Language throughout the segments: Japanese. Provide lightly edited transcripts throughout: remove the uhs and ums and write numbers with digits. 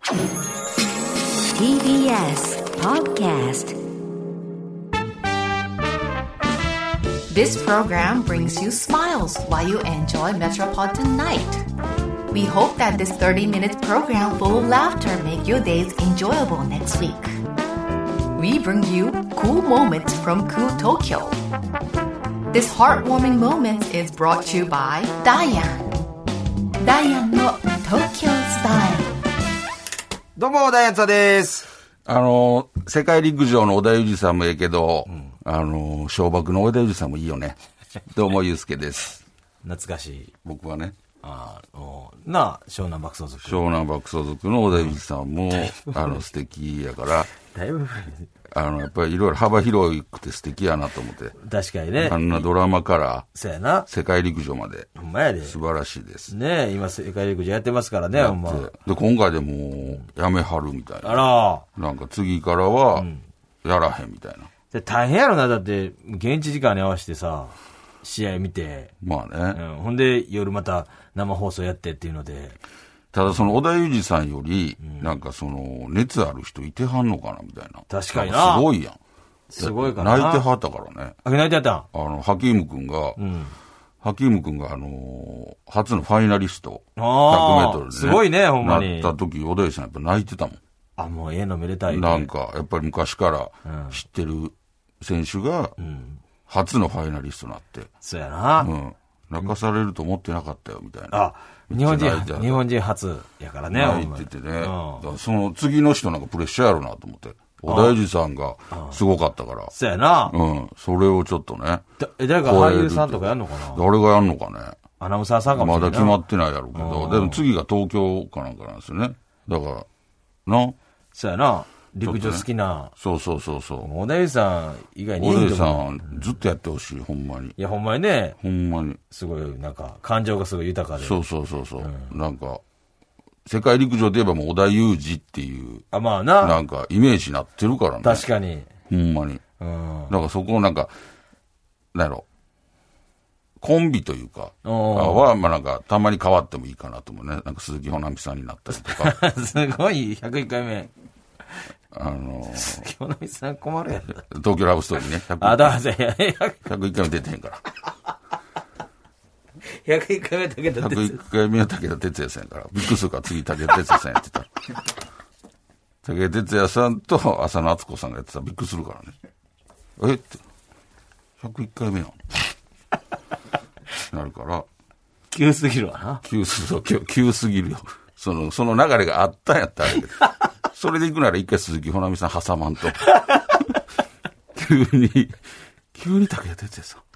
TBS Podcast. This program brings you smiles while you enjoy Metropolitan Night. We hope that this 30-minute program full of laughter make your days enjoyable next week. We bring you cool moments from cool Tokyo. This heartwarming moment is brought to you by Diane. Diane の Tokyo Style。 どうも、ダイアンツァです。 世界陸上の小田裕二さんもええけど、小爆の小田裕二さんもいいよね。どうも、ゆうすけです。 懐かしい。 僕はね。 湘南爆走族。 湘南爆走族の小田裕二さんも、素敵やから。 だいぶやっぱりいろいろ幅広くて素敵やなと思って。 確かにね。 あんなドラマから、 そうやな。 世界陸上まで。 ほんまやで。 素晴らしいです。 ねえ、今世界陸上やってますからね、ほんま。 で、今回でもう、やめはるみたいな。 あら。 なんか次からは、やらへんみたいな。 で大変やろな、だって、現地時間に合わせてさ、試合見て。 まあね。 ほんで、夜また生放送やってっていうので。 ただその小田裕二さんより、なんか熱ある人いてはんのかなみたいな。 確かにな。 すごいやん。 すごいからな。 泣いてはったからね。 泣いてはったんハキーム君が、初のファイナリスト、100メートルで、ね。 すごいね、ほんまに。 なった時、小田裕二さんやっぱ泣いてたもん。 あ、もうええのめでたい、ね。 なんか、やっぱり昔から知ってる選手が、初のファイナリストになって。 そうやな。 泣かされると思ってなかったよ、みたいな。 あ、日本人初やからね。 泣いててね。その次の人なんかプレッシャーやろなと思って。小田裕二さんがすごかったから。 そうやな。 それをちょっとね。 誰か俳優さんとかやんのかな。 誰がやんのかね。 アナウンサーさんかもしれない。 まだ決まってないやろうけど。でも次が東京かなんかなんですよね。だから、な。 そうやな。陸上好きな。 そう。 小田裕二さん以外に小田裕二さんずっとやってほしい、ほんまに。 いや、ほんまにね。 ほんまに。 すごい、なんか、感情がすごい豊かで。 そう。なんか、世界陸上で言えばもう小田裕二っていう。 まあな。 なんか、イメージになってるからね。 確かに。 ほんまに。なんかそこをなんか、なんやろ。コンビというか、は、まあなんか、たまに変わってもいいかなと思うね。なんか鈴木保奈美さんになったりとか。 すごい、101回目。 鈴木保奈美さん困るやん。 東京ラブストーリーね。101回目出てへんから。 101回目だけど 101回目は武田鉄矢さんやから。びっくりするから次武田鉄矢さんやってたら。武田鉄矢さんと浅野敦子さんがやってたらびっくりするからね。って、101回目やん。なるから。 急すぎるわな。 急すぎるよ。その流れがあったんやったらあれけど。それで行くなら一回鈴木保奈美さん挟まんと。急に武田鉄矢さん。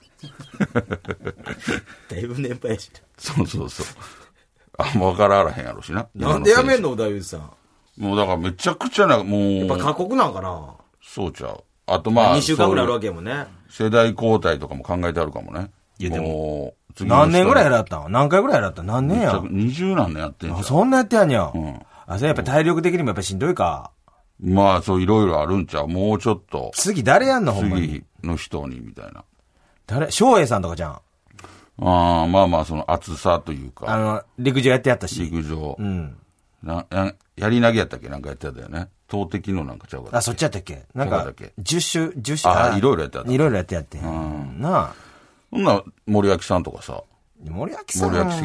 だいぶ年配やし。 そう。あんま分からへんやろしな。 なんでやめんの小田裕二さん。 もうだからめちゃくちゃな、もう。 やっぱ過酷なんかな。 そうちゃう。あとまあ。 2週間ぐらいあるわけやもんね。 世代交代とかも考えてあるかもね。 いやでも、何年ぐらいやらったん？何回ぐらいやらったん？何年や ？20何年やってんじゃん。 そんなやってやんや。それやっぱ体力的にもやっぱしんどいか。 まあそういろいろあるんちゃう。もうちょっと。 次誰やんのほんまに。 次の人にみたいな。 誰？翔英さんとかじゃん。 まあその厚さというか。 陸上やってやったし。 陸上。やり投げやったっけなんかやってたよね。投擲のなんかちゃうか。 そっちやったっけなんか、10種。 いろいろやってやった。 いろいろやってやって。なあ。 そんな、森脇さんとかさ。 森脇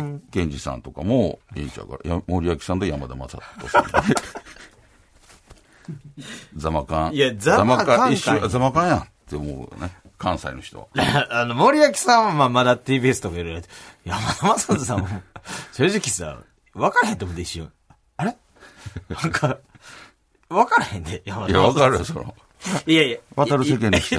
いや、ザマカン。 ザマカンやんって思うよね。関西の人は。森脇さんはまだ TBS とかいろいろ。山田正人さんも、正直さ、分からへんと思って一瞬。あれなんか、分からへんで、山田正人さん。 いや、分かるよ、 いや。 渡る世間にして。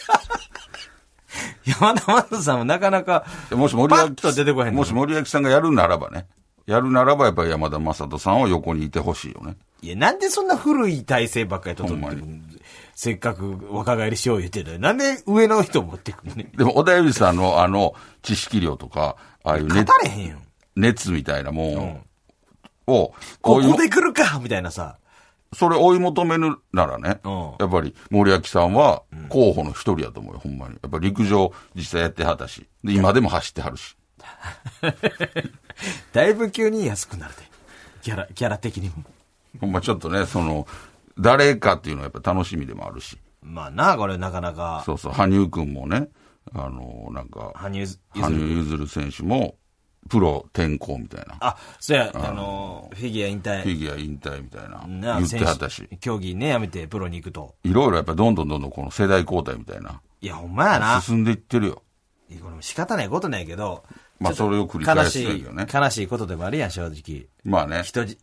山田正人さんもなかなか、 もし森脇さんがやるならばね。やるならばやっぱり山田正人さんを横にいてほしいよね。 いや、なんでそんな古い体制ばっかり整ってるの？せっかく若返りしよう言ってたよ。なんで上の人持ってくるね。 でも小田裕二さんの知識量とか、ああいう語れへんよ。 熱みたいなもんを、 ここで来るかみたいなさ。 それ追い求めるならね、やっぱり森脇さんは候補の一人やと思うよ、ほんまに。やっぱり陸上実際やってはったし、で今でも走ってはるし。 だいぶ急に安くなるで。キャラ的にも。 ほんまちょっとね、誰かっていうのはやっぱ楽しみでもあるし。 まあな、これなかなか。 そうそう、羽生くんもね、なんか、羽生結弦選手も、プロ転向みたいな。 あ、そうや、フィギュア引退。 フィギュア引退みたいな。言ってはったし。 競技ね、やめてプロに行くと。 いろいろやっぱどんどんこの世代交代みたいな。 いや、ほんまやな。 進んでいってるよ。 これも仕方ないことないけど。 まあそれを繰り返してるよね。 悲しいことでもあるやん、正直。 まあね。 時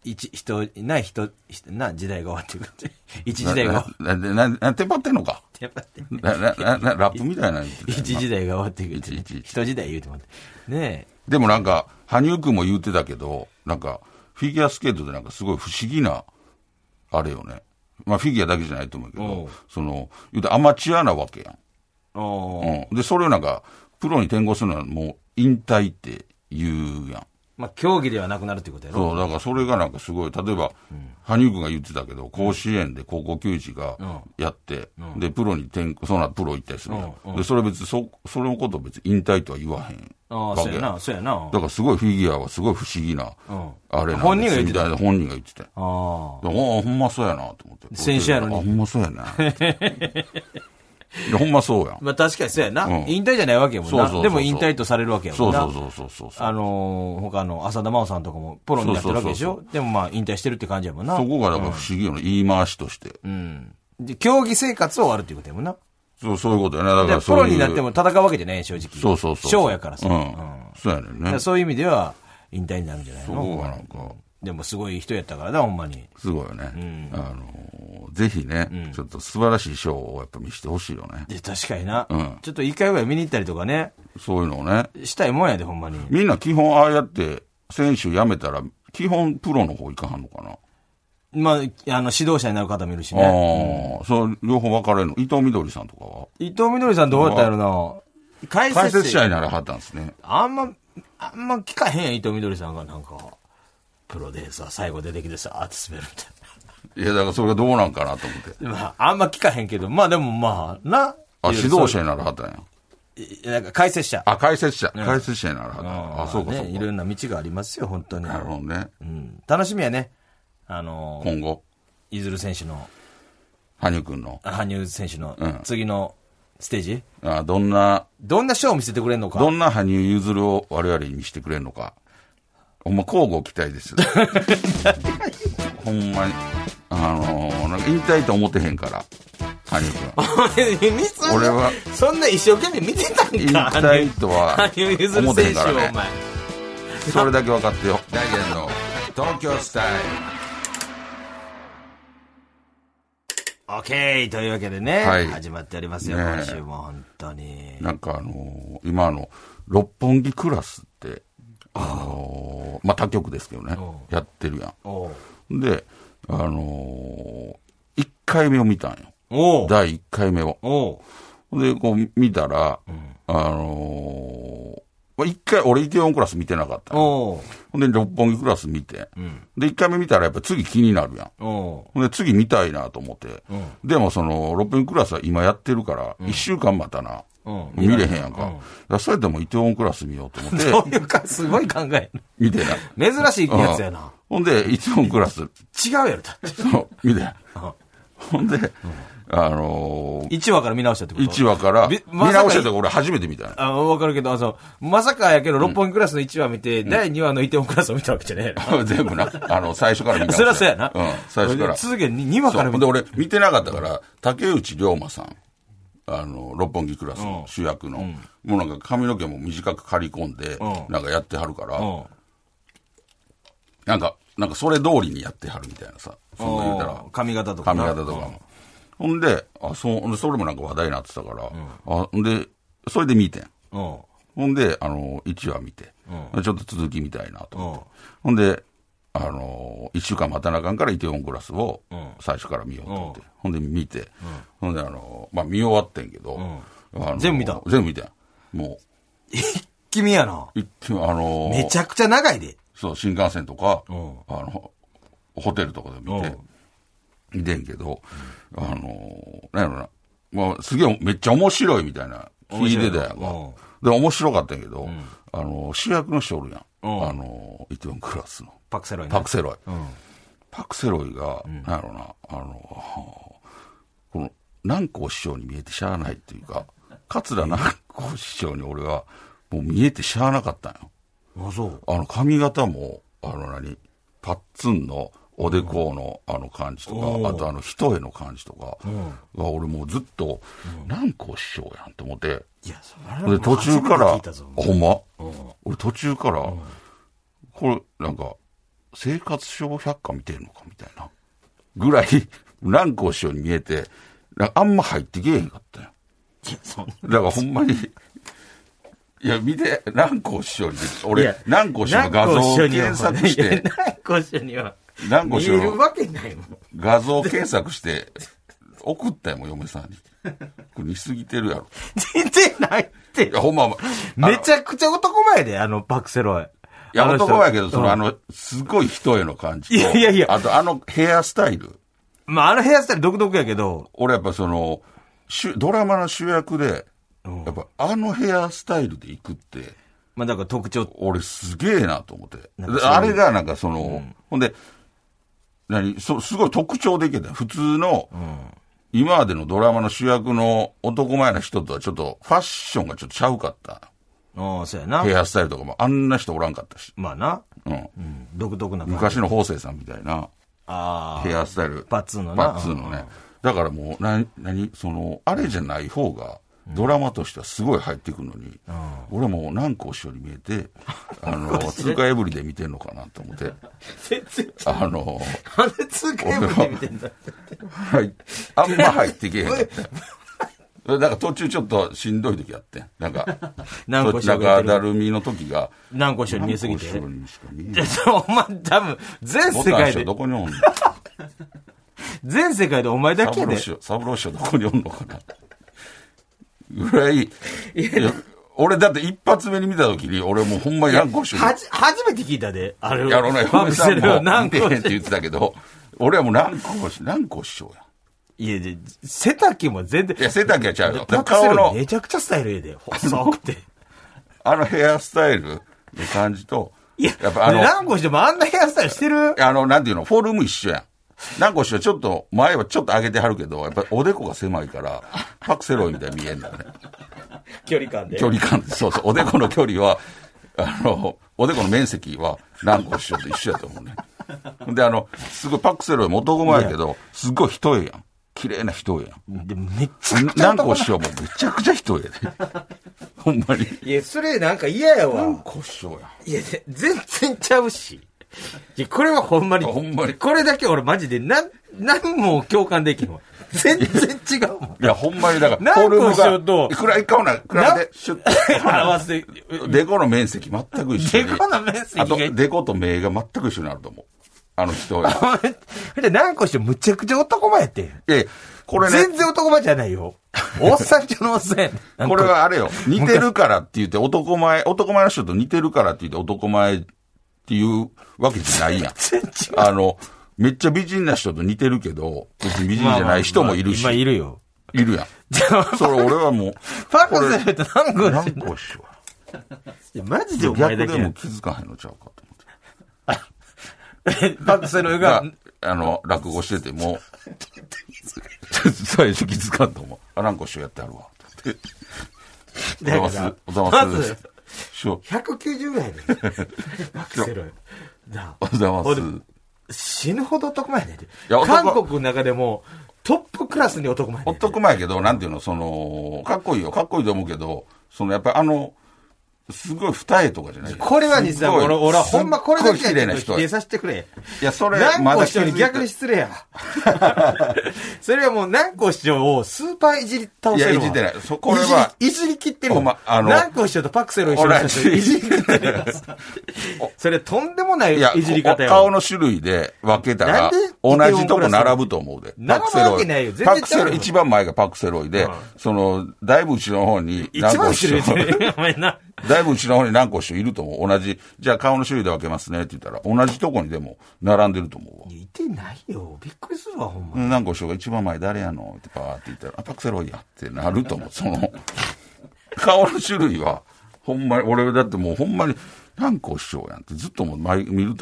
代が終わってくる。一時代が終わって。 テンパってんのか。 テンパって。 ラップみたいな。 一時代が終わってくる。一時代言うてもらって。ねえ。 でもなんか、羽生くんも言ってたけど、なんか、フィギュアスケートでなんかすごい不思議な、あれよね。まあフィギュアだけじゃないと思うけど、言うてアマチュアなわけやん。で、それをなんか、プロに転向するのはもう引退って言うやん。 まあ競技ではなくなるってことやろ。 そう、だからそれがなんかすごい、例えば、羽生くんが言ってたけど、甲子園で高校球児がやって、で、プロにそんなプロ行ったりするやん。で、それ別にそのこと別に引退とは言わへん。 そうやな、そうやな。 だからすごいフィギュアはすごい不思議な、あれなんです本人が言ってた。 本人が言ってた。ほんまそうやなと思って。 選手やのに。 ほんまそうやな。いや、ほんまそうやん。 まあ確かにそうやな。引退じゃないわけやもんな。でも引退とされるわけやもんな。 そう。 他の浅田真央さんとかもプロになってるわけでしょ。でもまあ引退してるって感じやもんな。 そこがだから不思議よね。言い回しとして。 で、競技生活を終わるっていうことやもんな。 そういうことやね。だからプロになっても戦うわけじゃない正直。そう。ショーやからさ。 そうやねんね。 そういう意味では引退になるんじゃないの？ そこがなんか。 でもすごい人やったからな、ほんまに。 すごいよね。ぜひね、ちょっと素晴らしいショーをやっぱ見せてほしいよね。 確かにな。ちょっと一回ぐらい見に行ったりとかね。 そういうのをね。 したいもんやで、ほんまに。 みんな基本ああやって選手辞めたら、基本プロの方行かはんのかな。 まあ、指導者になる方もいるしね。 そう、両方分かれるの。伊藤みどりさんとかは伊藤みどりさんどうやったやろな。 解説者にならはったんですね。 あんま聞かへんやん、伊藤みどりさんがなんか。プロでさ、最後出てきてさ、って滑るみたいな。いや、だからそれがどうなんかなと思って。 まあ、あんま聞かへんけど、まあでもまあ、な。 指導者にならはったんや。 なんか解説者。 解説者にならはった。そうか。 いろんな道がありますよ、本当に。 なるほどね。 楽しみやね。今後。 いずる選手の。 羽生くんの。 羽生選手の次のステージ。 どんなショーを見せてくれんのか。 どんな羽生結弦を我々に見せてくれんのか。ほんま、交互期待です。ほんまに。なんか引退と思ってへんから、羽生くん。俺は、 そんな一生懸命見てたんか。 引退とは思ってへんからね。それだけ分かってよ。ダイアンの東京スタイル。 オッケーというわけでね、始まっておりますよ、今週も本当に。 なんか今六本木クラスって、まあ、他局ですけどね、やってるやん。で、1回目を見たんよ。第1回目を。で、こう見たら、1回、俺イテウォンクラス見てなかったよ。ほんで、六本木クラス見て。で、1回目見たらやっぱ次気になるやん。ほんで、次見たいなと思って。でも、六本木クラスは今やってるから、1週間待たな。見れへんやんか。それでもイテウォンクラス見ようと思って。 そういうか、すごい考え。 見てな。 珍しいやつやな。 ほんで、イテウォンクラス。 違うやろ、だって。 そう、見て。ほんで、 1話から見直したってこと ?1 話から見直したって俺初めて見たよ。わかるけど、まさかやけど、六本木クラスの1話見て、第2話のイテウォンクラスを見たわけじゃねえの。 全部な。最初から見直した。 そりゃそうやな。 最初から。 続け2話から見て。で、俺見てなかったから、竹内涼真さん。六本木クラスの主役の。もうなんか髪の毛も短く刈り込んで、なんかやってはるから、なんかそれ通りにやってはるみたいなさ。そんな言うたら。 髪型とかも。ほんで、それもなんか話題になってたから、で、それで見てん。ほんで、1話見て、ちょっと続きみたいなと思って。ほんで、1週間待たなあかんからイテウォンクラスを最初から見ようと思って。ほんで見て、ほんでまあ見終わってんけど、 全部見た？ 全部見てん。もう。 一気見やな。めちゃくちゃ長いで。 そう、新幹線とか、ホテルとかで見てんけど、なんやろな、まあ、すげえ、めっちゃ面白いみたいな、聞いてたやんか。で、面白かったんやけど、主役の人おるやん。イテウォンクラスの。 パクセロイ。 パクセロイが、なんやろな、この、南光師匠に見えてしゃあないっていうか、桂南光師匠に俺は、もう見えてしゃあなかったんよ。 あ、そう。 髪型も、パッツンのおでこの感じとか、あと一重の感じとかが、俺もうずっと、南光師匠やんと思って、 いや、それで、途中から、ほんま、 うん、 俺途中から、これ、なんか、生活笑百科見てんのかみたいな。ぐらい、南光師匠に見えて、あんま入ってけえへんかったよ。 いや、そんな。 だからほんまに、いや、見て、南光師匠に、俺、南光師匠の画像を検索して、 南光師匠には、 南光師匠見えるわけないもん。 画像検索して、送ったよ、もう嫁さんに。これ似すぎてるやろ。 全然ないって。 いや、ほんま、 めちゃくちゃ男前で、パクセロイ。 いや、男前やけど、すごい一重の感じと。 いや。 あと、ヘアスタイル。 まあ、ヘアスタイル独特やけど。 俺やっぱドラマの主役で、やっぱヘアスタイルで行くって、 まあだから特徴。 俺すげえなと思って。あれがなんかほんで、すごい特徴的だよ。普通の、今までのドラマの主役の男前な人とはちょっとファッションがちょっとちゃうかった。 そうやな。 ヘアスタイルとかもあんな人おらんかったし。 まあな。独特な感じ。 昔の方正さんみたいな。ヘアスタイル。 パッツンのね。 だからもう、あれじゃない方が、ドラマとしてはすごい入ってくるのに、俺も南光師匠に見えて、通過エブリで見てんのかなと思って。 全然。なんで通過エブリで見てんだはい。あんま入ってけへんかった。なんか途中ちょっとしんどい時あって。なんか、中だるみの時が。 南光師匠に見えすぎて。 南光師匠にしか見えない。 お前多分、全世界で。 どこにおんの全世界でお前だけで。 サブロー師匠どこにおんのかなぐらい、俺だって一発目に見た時に、俺もうほんまに南光師匠。 初めて聞いたで。あれやろうな、嫁さんも見てへんって言ってたけど、俺はもう南光師匠や。 いや、背丈も全然。 いや、背丈はちゃうよ。 顔の。めちゃくちゃスタイルええで。細くて。 ヘアスタイルの感じと、 いや、やっぱ南光師匠もあんなヘアスタイルしてるなんていうの、フォルム一緒やん。南光師匠ちょっと、前はちょっと上げてはるけど、やっぱりおでこが狭いから、パクセロイみたいに見えんだよね。 距離感で。 そうそう。おでこの距離は、おでこの面積は南光師匠と一緒やと思うね。で、すごいパクセロイも男前やけど、すごい一重やん。綺麗な一重やん。 で、めっちゃくちゃ。 南光師匠もめちゃくちゃ一重やで。ほんまに。 いや、それなんか嫌やわ。 南光師匠やん。 いや、全然ちゃうし。いや、これはほんまに。これだけ俺マジでなんも共感できんわ。全然違うもん。 いや、ほんまにだから、 フォルムが。 いくらいかもな、比べて、シュッと。 合わせ。 デコの面積全く一緒で。 デコの面積が。 あと、デコと目が全く一緒になると思う。人は。 で、南光師匠むちゃくちゃ男前やって。 いやこれね。 全然男前じゃないよ。おっさんちのおっさんやねん。これはあれよ。似てるからって言って男前の人と似てるからって言って男前っていうわけじゃないやん。めっちゃ美人な人と似てるけど、別に美人じゃない人もいるし。 まあ、いるよ。 いるやん。それ俺はもう。 パクセルと南光師匠。 いや、マジでお前だけ。 逆でも気づかへんのちゃうかと思って。パクセルが、 落語してても、最初気づかんと思う。南光師匠やってあるわ。おざます。 190ぐらいで。パクセル。 おざます。 死ぬほど男前やねん。韓国の中でも、トップクラスに男前やねん。 男前やけど、なんていうの、かっこいいよ。かっこいいと思うけど、やっぱりすごい二重とかじゃない。 これはにさ、俺はほんまこれだけ綺麗な人。 否定させてくれ。 いや、それ、 南光師匠に逆に失礼や。それはもう南光師匠をスーパーいじり倒せるわ。 いや、いじってない。これは。 いじり切ってるわ。南光師匠とパクセルを一緒にした人いじり切ってる。それとんでもないいじり方や。 顔の種類で分けたら、同じとこ並ぶと思うで。 並ぶわけないよ。 パクセロイ、一番前がパクセロイで、だいぶ後ろの方に南光師匠。 だいぶ後ろの方に南光師匠いると思う。同じ、じゃあ顔の種類で分けますねって言ったら、同じとこにでも並んでると思うわ。 いてないよ。びっくりするわ、ほんま。 南光師匠が一番前誰やのってパーって言ったら、パクセロイやってなると思う。顔の種類は、ほんまに、俺だってもうほんまに、南光師匠やんってずっともう見るたびに、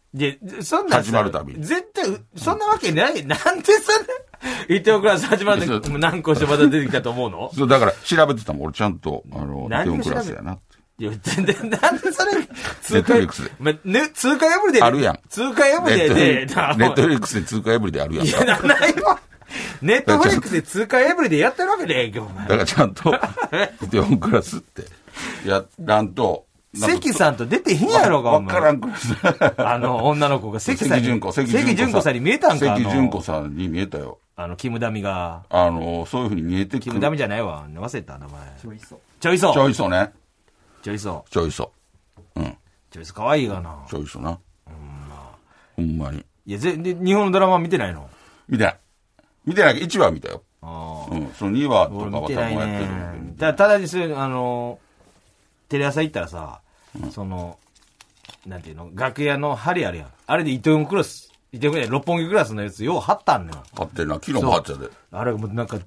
で、そんな始まるたびに。 絶対、そんなわけない。なんでそんな、イテウォンクラス始まるのに何個してまた出てきたと思うの？ そう、だから調べてたもん。俺ちゃんと、イテウォンクラスやなって。 いや、全然、なんでそれ、 ネットフリックスで。 通貨破りで。 あるやん。 通貨破りで。 ネットフリックスで通貨破りであるやんか。 いや、ないわ。ネットフリックスで通貨破りでやってるわけねえ、今日。 だからちゃんと、イテウォンクラスって、やらんと、 関さんと出てへんやろが、 わからんく女の子が関純子さんに見えたんか。 関純子さんに見えたよ。 キムダミが。 そういう風に見えてくる。 キムダミじゃないわ。忘れた、名前。 ちょいそ。 ちょいそ。 ちょいそね。 ちょいそ。 ちょいそ。うん。 ちょいそかわいいがな。 ちょいそな。ほんまに。 いや、で、日本のドラマ見てないの？ 見てない。見てないけど、1話見たよ。うん。その2話とかは多分やってる。 ただにそういう、テレ朝行ったらさ、なんていうの、楽屋の針あるやん。あれでイテウォンクラス、六本木クラスのやつ、よう貼ったんのよ。 貼ってるな。昨日も貼っちゃで。 あれがもうなんか、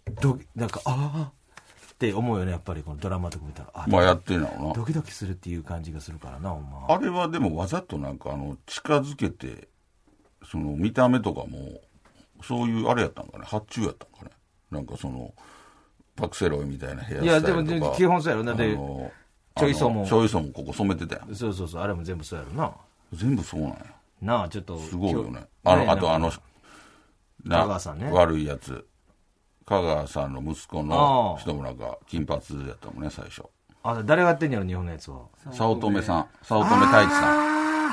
って思うよね、やっぱりこのドラマとか見たら。 まあやってんのな。 ドキドキするっていう感じがするからな、ほんま。 あれはでもわざとなんか近づけて、見た目とかも、そういうあれやったんかね。発注やったんかね。なんかパクセロイみたいなヘアスタイルとか。 いや、でも基本そうやろ。なんで、ちょいそもここ染めてたやん。 そう。あれも全部そうやろな。 全部そうなんや。 なあ、ちょっと。 すごいよね。あと香川さんね。 悪いやつ。香川さんの息子の人もなんか金髪やったもんね、最初。 誰がやってんやろ、日本のやつは。 早乙女さん。早乙女太一さん。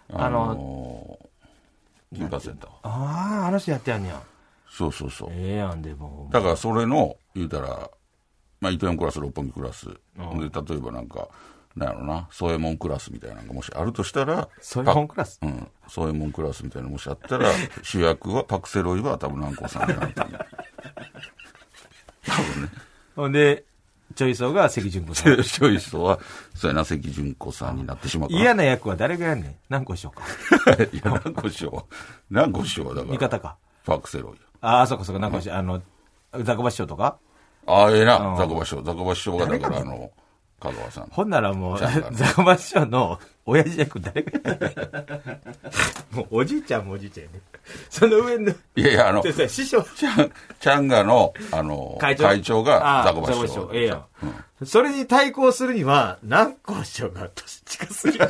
金髪やったわ。 あの人やってやんねや。 そう。 ええやんでも。 だからそれの、言うたら、イテウォンクラス、六本木クラス。で、例えばなんか、なんやろな、ソエモンクラスみたいなのがもしあるとしたら、 ソエモンクラス？ うん。ソエモンクラスみたいなのもしあったら、主役は、パクセロイは多分南光さんじゃないと思う。多分ね。 ほんで、チョイソが関純子さん。 チョイソは、そうやな、関純子さんになってしまうから。 嫌な役は誰がやんねん？南光師匠か。 いや、南光師匠はだから。 味方か。 パクセロイ。 そうか、南光師匠。ザコバ師匠とか？ ええな、ザコバ師匠がだから香川さん。 ほんならもう、ザコバ師匠の親父役誰がやるもうおじいちゃんもおじいちゃんやね。その上の。 いや、 師匠。 チャンガの、会長がザコバ師匠。 ええやん。それに対抗するには、南光師匠が年近すぎる。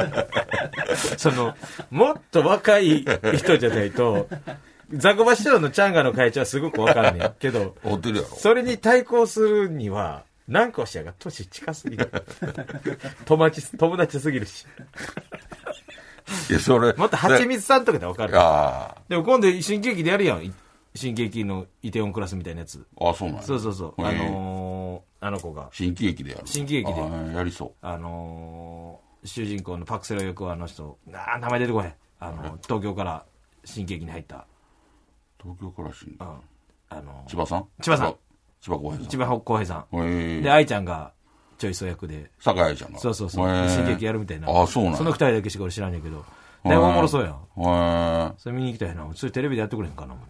もっと若い人じゃないと、ザコバ師匠のチャンガの会長はすごくわかんねんけど、それに対抗するには、南光師匠が年近すぎる。友達すぎるし。 いや、それ。 もっと蜂蜜さんとかでわかる。でも今度新喜劇でやるやん。新喜劇のイテウォンクラスみたいなやつ。 そうなんや。 そう。あの子が。 新喜劇でやる。 新喜劇で。 やりそう。 主人公のパクセロ役は名前出てこへん。東京から新喜劇に入った。 東京から新喜劇。 千葉さん。 千葉公平さん。で、愛ちゃんが、チョイソ役で。 酒井愛ちゃんが。 そう。新喜劇やるみたいな。 そうなん。 その二人だけしか俺知らんねんけど。でもおもろそうやん。それ見に行きたいな。それテレビでやってくれへんかな思って。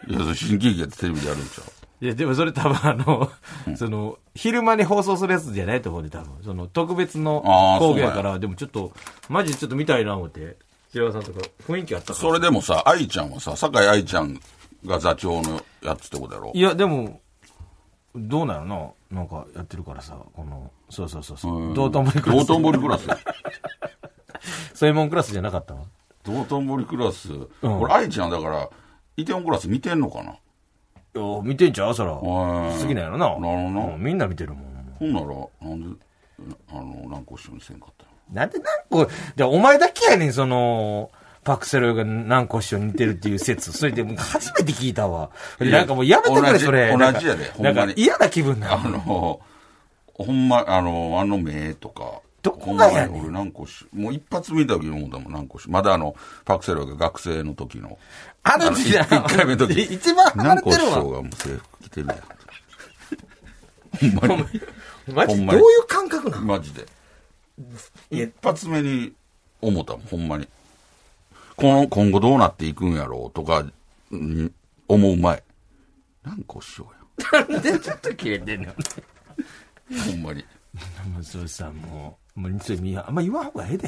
いや、新喜劇やってテレビでやるんちゃう。 いや、でもそれ多分昼間に放送するやつじゃないと思うね、多分。特別の講義やから、でもちょっと、マジでちょっと見たいな思って。白さんとか雰囲気あったから。 それでもさ、愛ちゃんはさ、酒井愛ちゃんが座長のやつってことやろ？ いや、でも、どうなのなんかやってるからさ、そう。道頓堀クラス。 道頓堀クラス。 ソエモンクラスじゃなかったわ。 道頓堀クラス。俺、愛ちゃんだから、イテウォンクラス見てんのかな？ 見てんちゃうそら。好きなんやろな。 なるほどな。 みんな見てるもん。 ほんなら、なんで、南光師匠にせんかったの？ なんで南光、お前だけやねん、パクセロイが南光師匠に似てるっていう説。それで初めて聞いたわ。なんかもうやめてくれ、それ。 同じやで、ほんまに。 嫌な気分なの。ほんま、目とか。 どこがやねん。 俺南光師もう一発見た時に思ったもん、南光師まだパクセロイが学生の時の。1回目の時。 一番離れてるわ。 南光師匠がもう制服着てるやん。ほんまに。 マジどういう感覚なの？ マジで。一発目に思ったもん、ほんまに。今後どうなっていくんやろうとか、思う前。南光師匠や。なんでちょっと切れてんの？ ほんまに。 そうさ、もうそれあんま言わんほうがええで。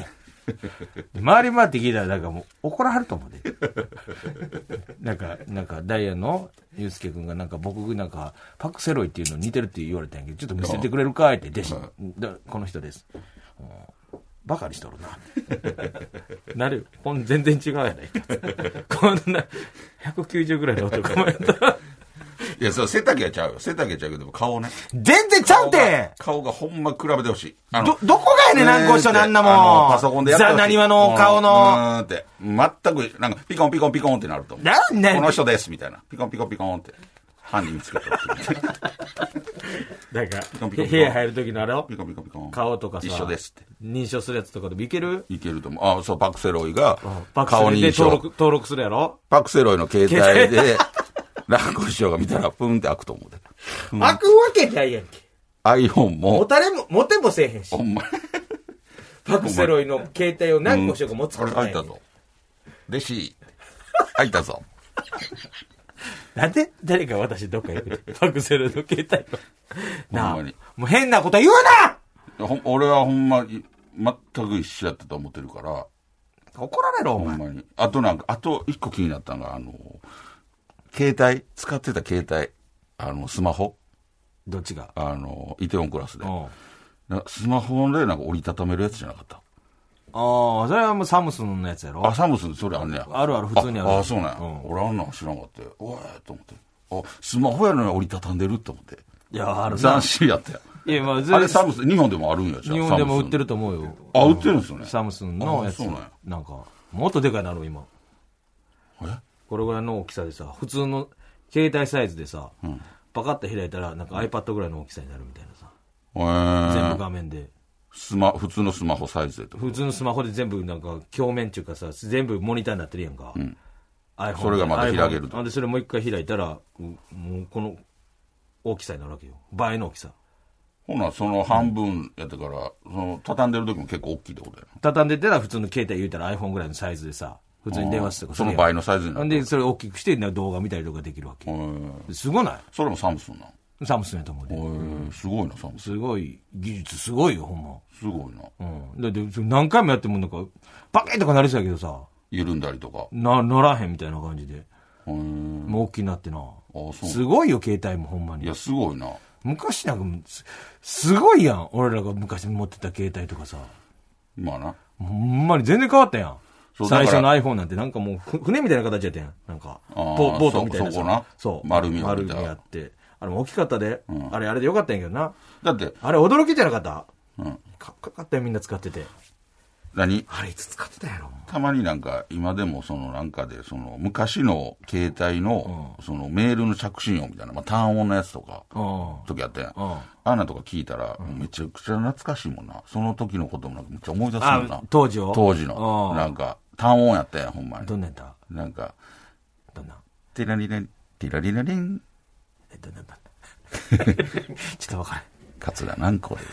回り回って聞いたら、なんかもう怒らはると思うで。なんか、ダイヤのゆうすけくんが、なんか僕、なんか、パクセロイっていうの似てるって言われたんやけど、ちょっと見せてくれるかいって、弟子、この人です。バカにしとるな。なる。全然違うやないか。こんな、190ぐらいの男もやった。 いや、そう、背丈はちゃうよ。背丈ちゃうけど、顔ね。 全然ちゃうて顔がほんま比べてほしい。 どこがやねん、南光師匠なんなもん。 パソコンでやってほしい。 ザ・なにわの顔の。 って。全く、なんか、ピコンピコンピコンってなると思う。この人です、みたいな。ピコンピコンピコンって。犯人見つけたって。 なんか、部屋入る時のあれをピコンピコンピコン。 顔とかさ。 一緒ですって。 認証するやつとかでもいける？ いけると思う。あ、そう、パクセロイが、 顔認証。登録するやろ？ パクセロイの携帯で、南光師匠が見たら、プンって開くと思うで。 開くわけないやんけ。 iPhone も。 持てもせえへんし。 ほんま。 パクセロイの携帯を南光師匠が持つから開いたぞ。弟子、開いたぞ。 なんで誰か私どっか行くて。パクセロイの携帯を。なあ。もう変なこと言うな！ 俺はほんまに、全く一緒やったと思ってるから。 怒られろ、お前。 ほんまに。あと一個気になったのが、携帯、使ってた携帯、スマホ。 どっちがイテウォンクラスで。スマホでなんか折りたためるやつじゃなかった。 ああ、それはもうサムスンのやつやろ。 あ、サムスンそれあんねや。 あるある、普通にある。 あ、そうなんや。俺あんなん知らんかった。おいと思って。あ、スマホやのに折りたたんでると思って。 いや、あるな。 斬新やったや。 いや、まあ、 あれサムスン、日本でもあるんやじゃん。 日本でも売ってると思うよ。 あ、売ってるんですよね。 サムスンのやつ。 そうなんや。 なんか、もっとでかいなる今。これぐらいの大きさでさ、普通の携帯サイズでさ、パカッと開いたら、なんか iPad ぐらいの大きさになるみたいなさ。全部画面で。 普通のスマホサイズでと。 普通のスマホで全部なんか鏡面っていうかさ、全部モニターになってるやんか。 iPhone それがまた開けると。 で、それもう一回開いたら、もうこの大きさになるわけよ。倍の大きさ。 ほな、その半分やったから、畳んでる時も結構大きいってことやな。 畳んでたら普通の携帯言うたら iPhone ぐらいのサイズでさ、普通に電話してとかその倍のサイズになる。 で、それ大きくして動画見たりとかできるわけ。すごない？ それもサムスンなの？ サムスンやと思うで。すごいな、サムスン。 すごい、技術すごいよ、ほんま。 すごいな。 だって、何回もやってもなんか、パキッとかなりそうやけどさ。 緩んだりとか。 ならへんみたいな感じで。もう大きくなってな。すごいよ、携帯もほんまに。 いや、すごいな。 昔なんか、すごいやん。俺らが昔持ってた携帯とかさ。 まあな。 ほんまに全然変わったやん。最初の iPhone なんてなんかもう、船みたいな形やったやん。なんか、ボートみたいな。 そこな。 そう。 丸みやって。あれも大きかったで。あれでよかったんやけどな。 だって。 あれ驚きじゃなかった？かっこよかったよ、みんな使ってて。 何？ あれいつ使ってたやろ。 たまになんか、今でもなんかで、昔の携帯の、メールの着信音みたいな、単音のやつとか、時あったやん。あんなとか聞いたら、めちゃくちゃ懐かしいもんな。その時のこともめっちゃ思い出すもんな。 当時の。なんか、単音やったやん、ほんまに。 どんなんやった？ なんか、 どんな？ ティラリラリン、ティラリラリン。 どんなんだちょっとわからん。 桂何個で。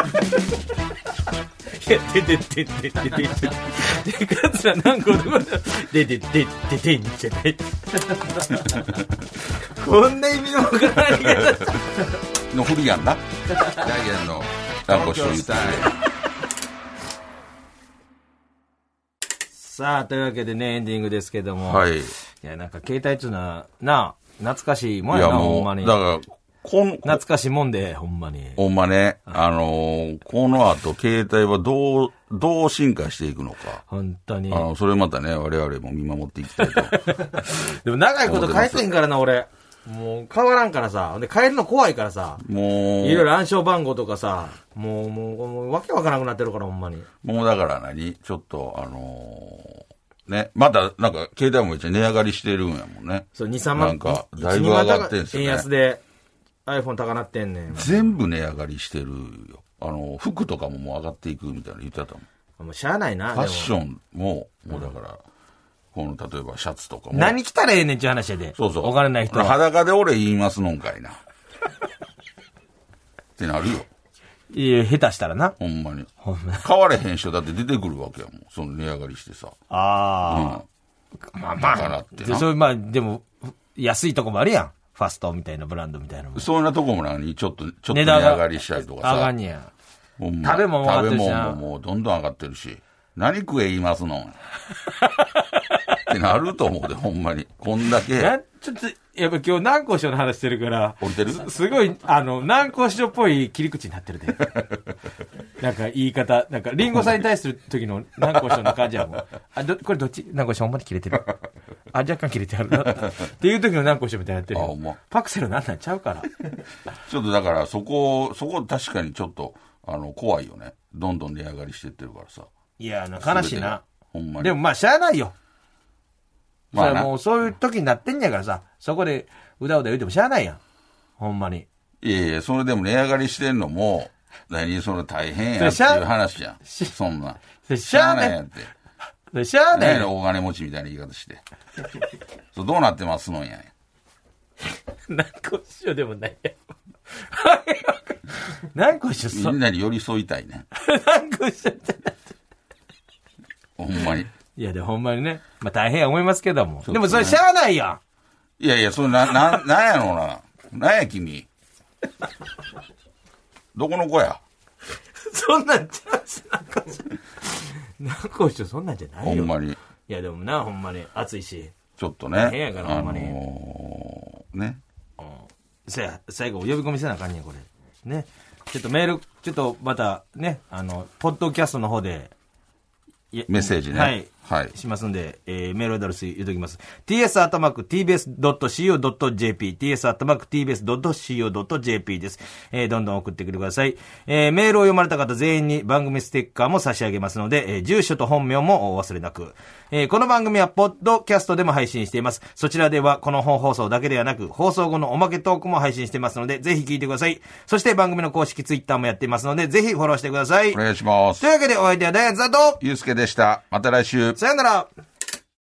いや、桂何個でんじゃない。こんな意味のわからないやつ。 のフリやんな。ダイアンの何個しと言ったさあ、というわけでね、エンディングですけども。 はい。 いや、なんか携帯っていうのは、懐かしいもんやな、ほんまに。 だから、 懐かしいもんで、ほんまに。 ほんまね、この後、携帯はどう進化していくのか。 本当に。 それまたね、我々も見守っていきたいと。 でも長いこと変えてへんからな、俺。もう変わらんからさ。で、変えるの怖いからさ。もう。いろいろ暗証番号とかさ。もうわけわからなくなってるから、ほんまに。 もうだからちょっと、ね、また、なんか、携帯もめっちゃ値上がりしてるんやもんね。 そう、2、3万。 なんか、だいぶ上がってんすよね。 円安で iPhone 高なってんねん。 全部値上がりしてるよ。服とかももう上がっていくみたいな言ってたもん。 もうしゃあないな。 ファッションもうだから、例えばシャツとかも。 何着たらええねんっていう話やで。 そうそう。 お金ない人は。 裸で俺言いますのんかいな。ってなるよ。 いや、下手したらな。 ほんまに。買われへん人だって出てくるわけやもん。その値上がりしてさ。 ああ。まあ。 かなってな。 そういう、でも、安いとこもあるやん。ファストみたいなブランドみたいなもん。 そんなとこもちょっと値上がりしたりとかさ。 上がんねや。 ほんま。 食べ物も上がってるしな。 食べ物ももうどんどん上がってるし。 何食え言いますのってなると思うで、ほんまに。こんだけ。 ちょっと、やっぱ今日南光師匠の話してるから、 降りてる？ すごい、南光師匠っぽい切り口になってるで。なんか言い方、なんか、リンゴさんに対する時の南光師匠の感じはもう、これどっち南光師匠ほんまに切れてる。若干切れてあるな。っていう時の南光師匠みたいになってるよ。パクセルなんなんちゃうから。 ちょっとだから、そこ確かにちょっと、怖いよね。どんどん値上がりしてってるからさ。 いや、悲しいな。 ほんまに。 でもまあ、しゃあないよ。まあもうそういう時になってんやからさ、そこでうだうだ言うてもしゃあないやん。ほんまに。 いやいや、それでも値上がりしてんのも、それ大変やっていう話じゃん。そんな。 しゃあないやんって。しゃあないやん。 大金持ちみたいな言い方して。そうどうなってますのんやん。 南光師匠でもないやん。南光師匠みんなに寄り添いたいね。 南光師匠ってほんまに。 いや、でほんまにね。まあ大変や思いますけども。でもそれしゃあないやん。いやいや、それなんやろうな。なんや君。どこの子や。 そんなんちゃうし、南光師匠そんなんじゃないよ。 ほんまに。 いやでもな、ほんまに暑いし。 ちょっとね。 変やから、ほんまに。 ね。 最後お呼び込みせなあかんねん、これ。ね。ちょっとメール、ちょっとまたね、ポッドキャストの方で、 メッセージね。 はい。はい。しますんで、メールアドレス言うときます。ts@tbs.co.jp ts@tbs.co.jp です。どんどん送ってきてください。メールを読まれた方全員に番組ステッカーも差し上げますので、住所と本名もお忘れなく。この番組はポッドキャストでも配信しています。そちらではこの本放送だけではなく、放送後のおまけトークも配信していますので、ぜひ聞いてください。そして番組の公式ツイッターもやっていますので、ぜひフォローしてください。 お願いします。 というわけでお相手はダイアンズだと、 ゆうすけでした。また来週。 さよなら。